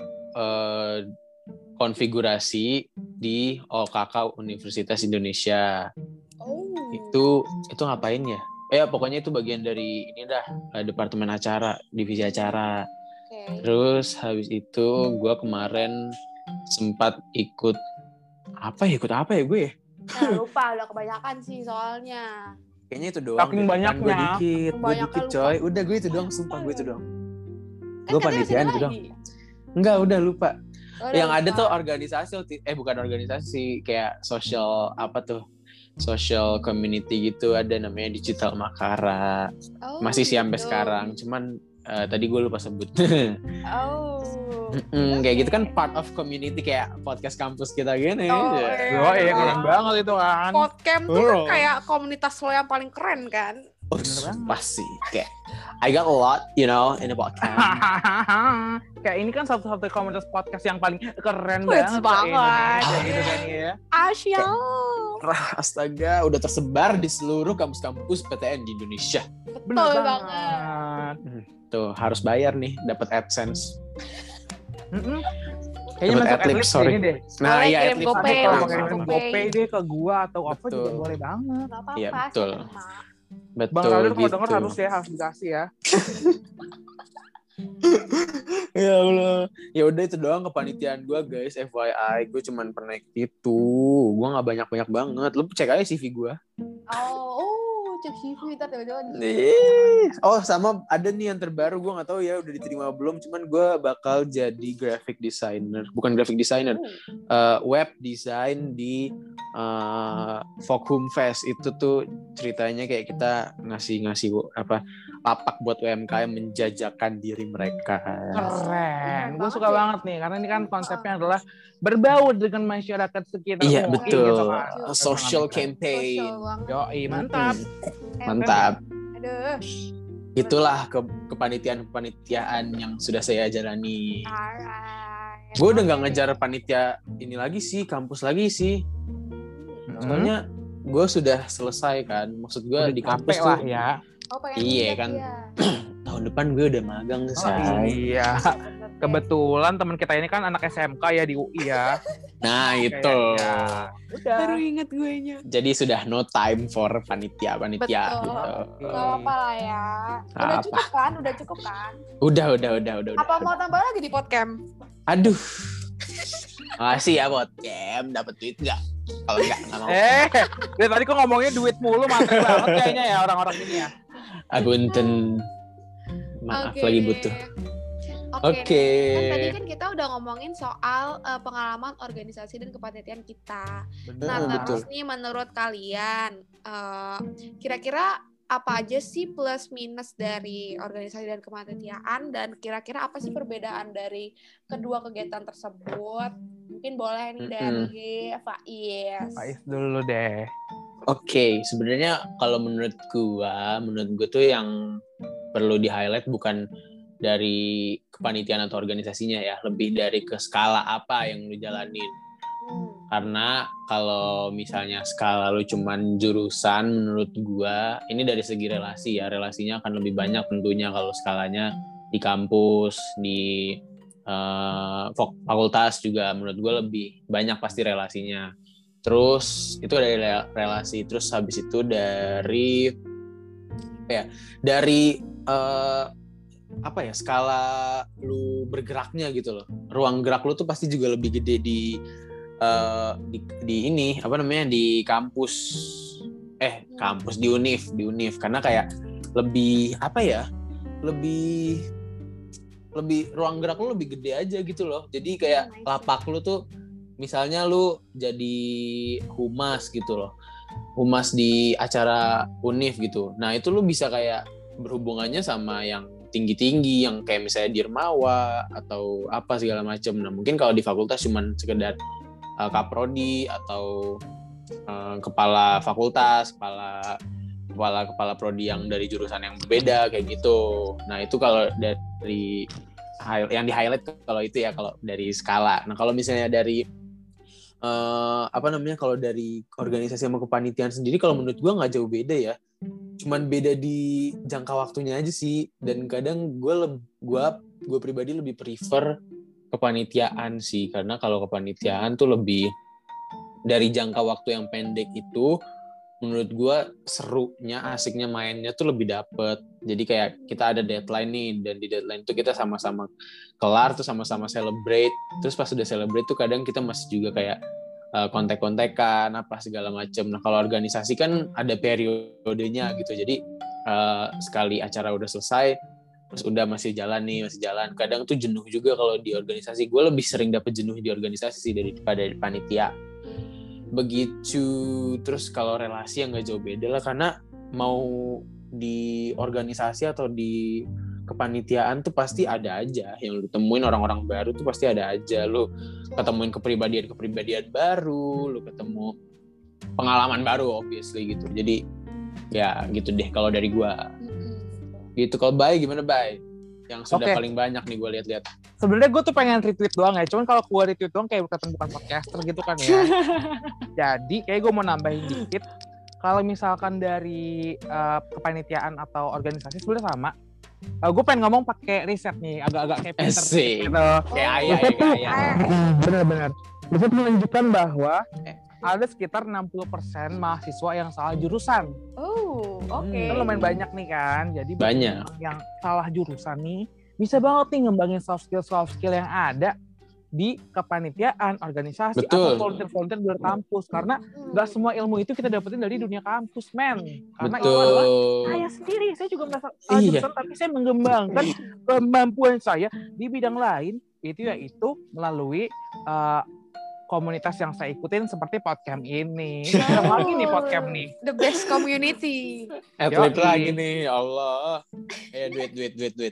konfigurasi di OKK Universitas Indonesia. Itu ngapain ya? Pokoknya itu bagian dari ini dah, departemen acara, divisi acara. Terus habis itu gue kemarin sempat ikut apa ya gue? Lupa, udah kebanyakan sih soalnya. Kayaknya itu doang. Saking banyaknya. Gue dikit coy. Udah gue itu doang, sumpah gue itu doang. Gue panitiaan itu doang. Enggak, udah lupa. Yang ada tuh organisasi, bukan organisasi, kayak social apa tuh, social community gitu, ada namanya Digital Makara. Masih sih sampai sekarang, cuman tadi gue lupa sebut. Kayak gitu kan part of community, kayak podcast kampus kita gini. Keren banget itu kan. Podcast tuh kan kayak komunitas lo yang paling keren kan. Pasti kayak I got a lot, in the podcast. Kayak ini kan satu-satu komunitas podcast yang paling keren banget. Gitu kan ya. Asia. Astaga, udah tersebar di seluruh kampus-kampus PTN di Indonesia. Betul banget. Tuh harus bayar nih, dapat AdSense. Kayaknya masuk Adlibs, sorry. Ini deh. Nah, boleh iya kirim GoPay, kalau kirim GoPay deh ke gua atau apa juga boleh banget. Gak apa-apa. Iya, betul. Bang Betul Rader kalau gitu. denger harus dikasih ya. Ya Allah. Ya udah itu doang kepanitiaan gue guys, FYI. Gue cuman pernah itu. Gue nggak banyak banget. Lu cek aja CV gue. Cek CV ntar tiba-tiba. Oh sama ada nih yang terbaru, gue nggak tahu ya udah diterima belum. Cuman gue bakal jadi graphic designer, bukan graphic designer, web design di Fokhum Fest. Itu tuh ceritanya kayak kita ngasih apa lapak buat UMKM menjajakan diri mereka. Keren. Gue suka banget nih karena ini kan konsepnya adalah berbaur dengan masyarakat sekitar. Iya betul. Gitu kan. Social campaign. Yoi, mantap. Mantap. Aduh. Itulah kepanitiaan yang sudah saya jalani. Alright. Gue udah nggak ngejar panitia ini lagi sih, kampus lagi sih. Soalnya gue sudah selesai kan. Maksud gue di kampus tuh. Lah ya. Iya kan. Tahun depan gue udah magang selesai. Iya. Kebetulan teman kita ini kan anak SMK ya di UI ya. Nah itu. Ya. Udah. Baru inget gue nya. Jadi sudah no time for panitia Betul. gitu. Gak apa lah ya. Udah cukup kan? Udah. Apa mau tambah lagi di podcast? Aduh. Makasih ya podcast. Dapat duit nggak? Kalau nggak mau. Dari tadi kok ngomongnya duit mulu, mantep banget kayaknya ya orang-orang ini ya. Agunten. Maaf lagi butuh. Oke. Kan tadi kan kita udah ngomongin soal pengalaman organisasi dan kepanitiaan kita. Terus nih menurut kalian kira-kira apa aja sih plus minus dari organisasi dan kepanitiaan, dan kira-kira apa sih perbedaan dari kedua kegiatan tersebut? Mungkin boleh nih dari Faiz dulu deh. Oke, sebenarnya kalau menurut gue tuh yang perlu di-highlight bukan dari kepanitiaan atau organisasinya ya, lebih dari ke skala apa yang lu jalanin. Karena kalau misalnya skala lu cuman jurusan, menurut gua ini dari segi relasi ya, relasinya akan lebih banyak tentunya kalau skalanya di kampus, di fakultas juga menurut gua lebih banyak pasti relasinya. Terus itu dari relasi, terus habis itu dari skala lu bergeraknya gitu loh. Ruang gerak lu tuh pasti juga lebih gede di kampus di univ karena kayak lebih lebih ruang gerak lu lebih gede aja gitu loh. Jadi kayak lapak lu tuh misalnya lu jadi humas gitu loh, humas di acara univ gitu. Nah itu lu bisa kayak berhubungannya sama yang tinggi-tinggi, yang kayak misalnya Dirmawa atau apa segala macam. Nah mungkin kalau di fakultas cuman sekedar kaprodi atau kepala fakultas, kepala prodi yang dari jurusan yang berbeda kayak gitu. Nah itu kalau dari yang di highlight kalau itu ya, kalau dari skala. Nah kalau misalnya dari kalau dari organisasi sama kepanitiaan sendiri, kalau menurut gue nggak jauh beda ya, cuman beda di jangka waktunya aja sih. Dan kadang gue pribadi lebih prefer kepanitiaan sih, karena kalau kepanitiaan tuh lebih dari jangka waktu yang pendek itu, menurut gue serunya, asiknya mainnya tuh lebih dapet. Jadi kayak kita ada deadline nih, dan di deadline itu kita sama-sama kelar tuh, sama-sama celebrate. Terus pas udah celebrate tuh kadang kita masih juga kayak kontek-kontekan apa segala macam. Nah kalau organisasi kan ada periodenya gitu, jadi sekali acara udah selesai terus udah masih jalan. Kadang tuh jenuh juga kalau di organisasi. Gue lebih sering dapet jenuh di organisasi sih daripada di panitia. Begitu. Terus kalau relasi yang gak jauh beda lah, karena mau di organisasi atau di kepanitiaan tuh pasti ada aja yang lu temuin, orang-orang baru tuh pasti ada aja. Lu ketemuin kepribadian baru, lu ketemu pengalaman baru obviously gitu. Jadi ya gitu deh kalau dari gua. Gitu. Kalau Bay gimana Bay? Yang sudah paling banyak nih gua lihat-lihat. Sebenarnya gue tuh pengen retweet doang ya, cuman kalau gue retweet doang kayak bukan podcaster gitu kan ya. Jadi kayak gue mau nambahin dikit. Kalau misalkan dari kepanitiaan atau organisasi sebenarnya sama. Gue pengen ngomong pakai riset nih, agak-agak kayak pinter gitu. Kayak ayah. Bener-bener. Riset menunjukkan bahwa ada sekitar 60% mahasiswa yang salah jurusan. Oh, oke. Itu lumayan banyak nih kan. Jadi banyak yang salah jurusan nih bisa banget nih ngembangin soft skill yang ada di kepanitiaan, organisasi, atau volunteer di luar kampus. Karena gak semua ilmu itu kita dapetin dari dunia kampus, men. Karena itu adalah saya sendiri. Saya juga merasa jurusan, tapi saya mengembangkan kemampuan saya di bidang lain. Itu yaitu melalui komunitas yang saya ikutin seperti podcast ini. Lagi nih podcast nih. The best community. Atlet lagi nih, Allah. Duit.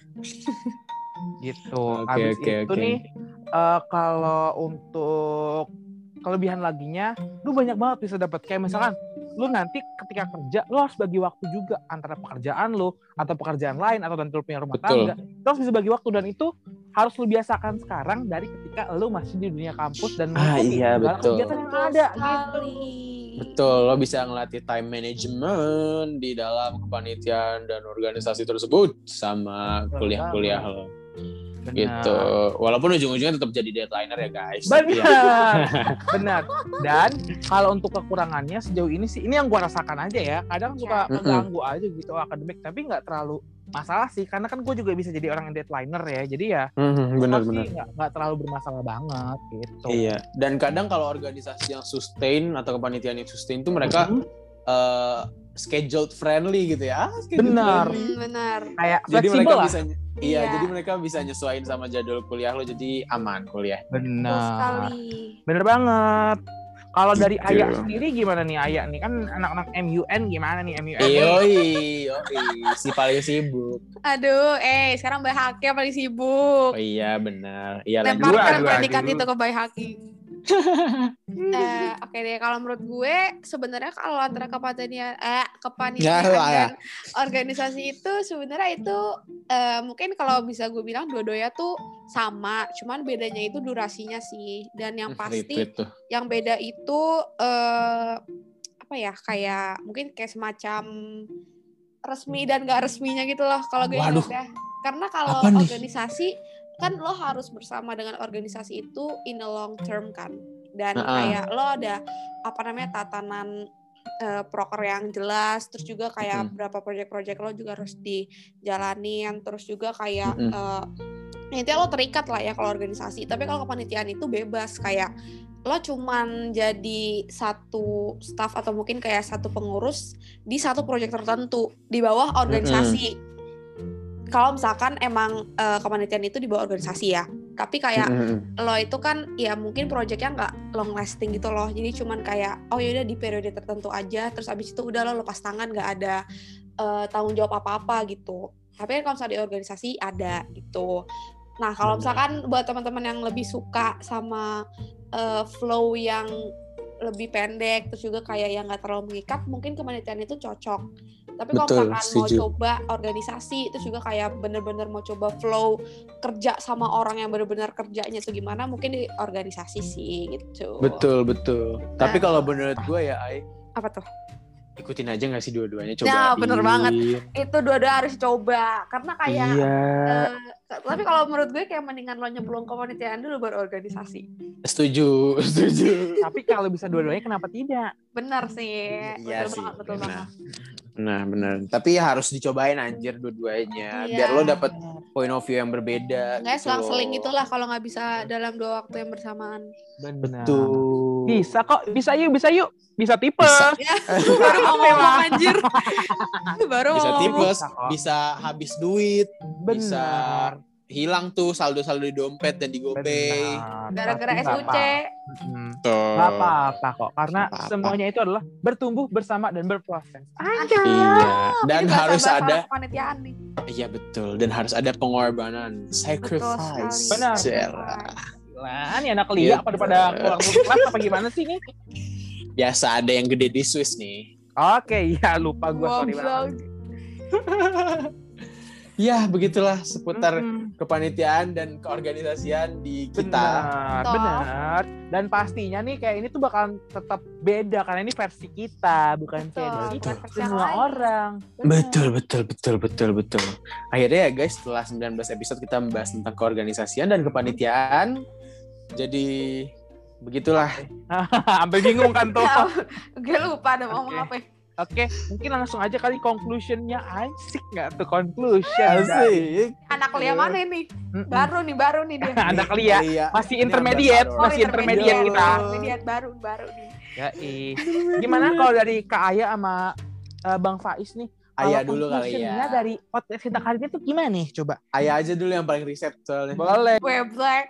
Gitu. Habis itu nih, kalau untuk kelebihan laginya, lu banyak banget bisa dapat. Kayak misalkan, lu nanti ketika kerja, lu harus bagi waktu juga antara pekerjaan lu atau pekerjaan lain atau nanti lu punya rumah tangga. Lu harus bisa bagi waktu, dan itu harus lu biasakan sekarang dari ketika lu masih di dunia kampus dan kegiatan yang ada gitu. Betul, lo bisa ngelatih time management di dalam kepanitiaan dan organisasi tersebut sama kuliah-kuliah lo. Benar. Gitu. Walaupun ujung-ujungnya tetap jadi deadliner ya guys. Benar. Dan kalau untuk kekurangannya sejauh ini sih, ini yang gue rasakan aja ya. Kadang suka mengganggu aja gitu akademik, tapi nggak terlalu masalah sih, karena kan gue juga bisa jadi orang yang deadliner ya. Jadi ya benar. Nggak terlalu bermasalah banget gitu. Iya. Dan kadang kalau organisasi yang sustain atau kepanitiaan yang sustain itu mereka scheduled friendly gitu ya. Benar. Kayak jadi mereka lah. Bisa jadi mereka bisa nyesuaiin sama jadwal kuliah lo, jadi aman kuliah. Bener banget. Kalau dari Aya sendiri gimana nih Aya nih? Kan anak-anak MUN gimana nih MUN? Yoi, si paling sibuk. Aduh, sekarang Bay Haki yang paling sibuk. Oh iya benar. Iya, lemparkan predikat itu ke Bay Haki. Oke deh, kalau menurut gue sebenarnya kalau antara kepanitiaan dan organisasi itu sebenarnya itu mungkin kalau bisa gue bilang dua-duanya tuh sama, cuman bedanya itu durasinya sih. Dan yang pasti yang beda itu kayak mungkin kayak semacam resmi dan gak resminya gitu loh kalau gue udah. Karena kalau organisasi kan lo harus bersama dengan organisasi itu in a long term kan, dan kayak lo ada tatanan proker yang jelas, terus juga kayak berapa project lo juga harus dijalanin, terus juga kayak intinya lo terikat lah ya kalau organisasi. Tapi kalau kepanitiaan itu bebas, kayak lo cuman jadi satu staff atau mungkin kayak satu pengurus di satu project tertentu di bawah organisasi. Kalau misalkan emang kepanitiaan itu di bawah organisasi ya, tapi kayak lo itu kan ya mungkin proyeknya nggak long lasting gitu loh, jadi cuman kayak yaudah di periode tertentu aja, terus abis itu udah lo lepas tangan, nggak ada tanggung jawab apa-apa gitu. Tapi kalau misalnya di organisasi ada gitu. Nah kalau misalkan buat teman-teman yang lebih suka sama flow yang lebih pendek, terus juga kayak yang nggak terlalu mengikat, mungkin kepanitiaan itu cocok. Tapi kalau misalkan mau coba organisasi, terus juga kayak bener-bener mau coba flow kerja sama orang yang bener-bener kerjanya itu gimana, mungkin di organisasi sih gitu. Betul. Tapi kalau menurut gue ya apa tuh? Ikutin aja nggak sih dua-duanya, coba. Nah bener banget, itu dua-dua harus coba. Karena kayak tapi kalau menurut gue kayak mendingan lo nyemplung kepanitiaan dulu baru organisasi. Setuju. Tapi kalau bisa dua-duanya kenapa tidak? Benar sih. Betul banget. Nah benar. Tapi ya harus dicobain anjir dua-duanya, biar lo dapet point of view yang berbeda. Nggak gitu selang-seling itulah kalau nggak bisa dalam 2 waktu yang bersamaan. Benar. Betul. Bisa kok, bisa yuk. Bisa tipes. Bisa. Ya, baru mau ngomong anjir. Baru Bisa mau ngomong. tipes, bisa habis duit, bisa Benar. hilang tuh saldo-saldo di dompet dan di GoPay. Gara-gara Tapi nggak SUC. Tuh. Gak apa-apa kok, karena Nggak apa-apa. semuanya itu adalah bertumbuh bersama dan berproses. Iya, dan Ini harus bahasa-bahasa ada kepanitiaan nih. iya betul, dan harus ada pengorbanan, sacrifice. sekali. Benar. Jelah. Lah, nih anak liya pada keluar kelas apa gimana sih nih? Biasa ada yang gede di Swiss nih. Oke, ya lupa gue, sorry Goblok. banget. Ya, begitulah seputar Mm-mm. kepanitiaan dan keorganisasian di kita. Benar. Dan pastinya nih kayak ini tuh bakalan tetap beda karena ini versi kita, bukan versi bukan versi yang semua lain. orang. Betul. Akhirnya ya guys, setelah 19 episode kita membahas tentang keorganisasian dan kepanitiaan. Jadi begitulah. Sampai bingung kan tuh. Gue lupa ada mau ngomong apa. Oke, mungkin langsung aja kali conclusion-nya. Asik nggak tuh conclusion? Asik. Anak kuliah mana ini? Baru nih dia. Anak Lia Iya. masih intermediate, Ini masih intermediate kita. Intermediate baru nih. Ya, gimana kalau dari Kak Aya sama Bang Faiz nih? Aya Kalau dulu kali conclusion-nya ya. dari podcast kita kali ini tuh gimana nih? Coba. Ayah aja dulu yang paling riset soalnya. Boleh. Gue black.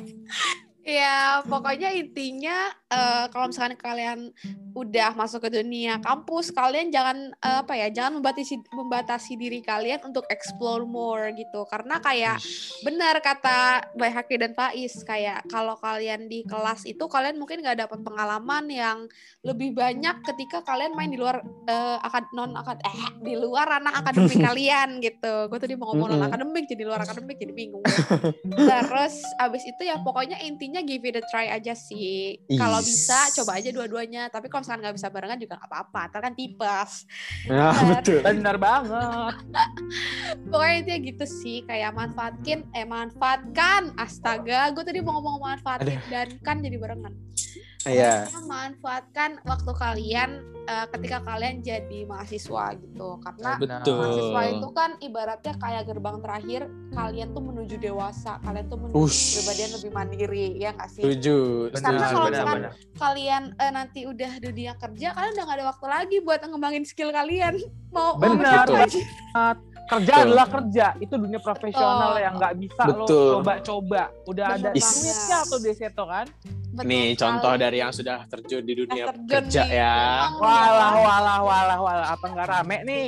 Ya, pokoknya intinya kalau misalkan kalian udah masuk ke dunia kampus, kalian jangan jangan membatasi diri kalian untuk explore more gitu. Karena kayak benar kata Bay Haki dan Faiz, kayak kalau kalian di kelas itu kalian mungkin nggak dapat pengalaman yang lebih banyak ketika kalian main di luar di luar ranah akademik kalian gitu. Gue tadi mau ngomong non akademik jadi luar akademik jadi bingung. Terus abis itu ya pokoknya intinya give it a try aja sih. Kalau bisa coba aja dua-duanya. Tapi kalau misalkan nggak bisa barengan juga nggak apa-apa. Ntar kan tipes. Ya, betul. Benar banget. Pokoknya intinya gitu sih. Kayak manfaatkan. Astaga, gue tadi mau ngomong manfaatin dan kan jadi barengan. Iya. Manfaatkan waktu kalian ketika kalian jadi mahasiswa gitu. Karena Betul. mahasiswa itu kan ibaratnya kayak gerbang terakhir kalian tuh menuju dewasa, kalian tuh menuju kepribadian lebih mandiri, ya nggak sih? Setuju. Karena kalau misalkan benar. kalian nanti udah di dunia kerja, kalian udah nggak ada waktu lagi buat ngembangin skill kalian. Mau Benar. lagi. Kerja adalah kerja, itu dunia profesional yang nggak bisa lo coba-coba. Udah ada Bener duitnya atau deseto kan? Betul Nih sekali. contoh dari yang sudah terjun di dunia Terjun kerja nih. ya. Emang Walah, apa nggak rame nih?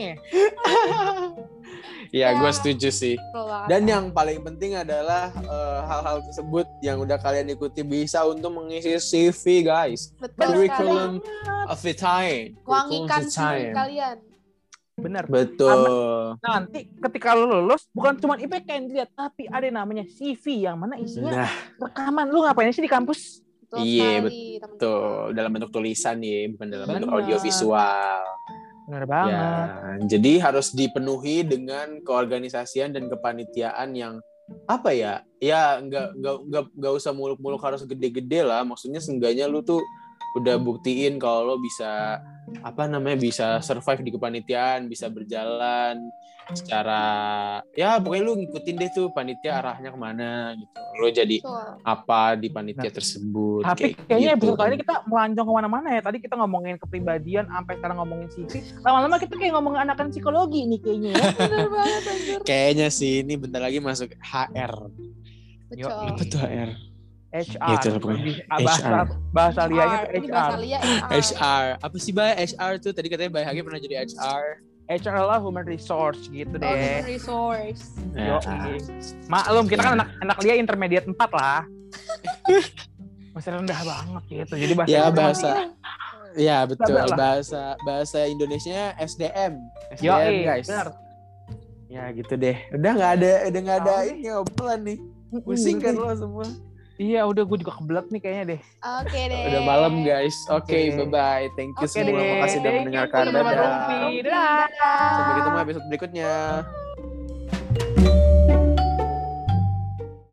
Ya, gue Ya. setuju sih. Betul banget. Dan yang paling penting adalah hal-hal tersebut yang udah kalian ikuti bisa untuk mengisi CV, guys. Betul sekali. Curriculum of the time. Wangikan Curriculum of the CV time. kalian. Bener. Betul. Nanti ketika lo lulus, bukan cuma IPK yang dilihat, tapi ada namanya CV yang mana isinya Nah, rekaman. Lu ngapain sih di kampus? Betul Iya, sekali, teman-teman. betul. Dalam bentuk tulisan ya, bukan dalam bentuk Benar. audiovisual. Bener banget. Ya, jadi harus dipenuhi dengan keorganisasian dan kepanitiaan yang apa ya? Ya nggak usah muluk-muluk harus gede-gede lah. Maksudnya seenggaknya lu tuh udah buktiin kalau lo bisa bisa survive di kepanitiaan, bisa berjalan secara ya pokoknya lu ngikutin deh tuh panitia arahnya kemana gitu. Lo jadi Betul. apa di panitia tersebut. Tapi kayak kayaknya gitu. episode kali ini kita melancong kemana-mana ya. Tadi kita ngomongin kepribadian, sampai sekarang ngomongin CV. Lama-lama kita kayak ngomongin anakan psikologi nih kayaknya ya. Bener banget anjir. Kayaknya sih ini bentar lagi masuk HR. Betul. Apa tuh HR? HR. Gitu lah pokoknya. Bahasa lianya tuh Ini bahasa HR. Lia HR. Apa sih Bay? HR tuh tadi katanya Bay Hagi pernah jadi HR. HR adalah human resource gitu Oh, deh. human resource. Yo, maklum kita kan anak lia intermediate 4 lah. Masih rendah banget gitu. Jadi bahasa Ya betul. Lah. Bahasa Indonesianya SDM. Yo, SDM guys. benar. Ya gitu deh. Udah nggak ada ini obrolan nih. Pusing kan lo semua. Iya, udah gue juga kebelet nih kayaknya deh. Oke deh. Udah malam guys. Oke, Oke. bye-bye. Thank you Oke semua. deh. Makasih sudah Thank you mendengarkan. teman-teman Dadah. Rumpi. Dadah. Sampai ketemu episode berikutnya.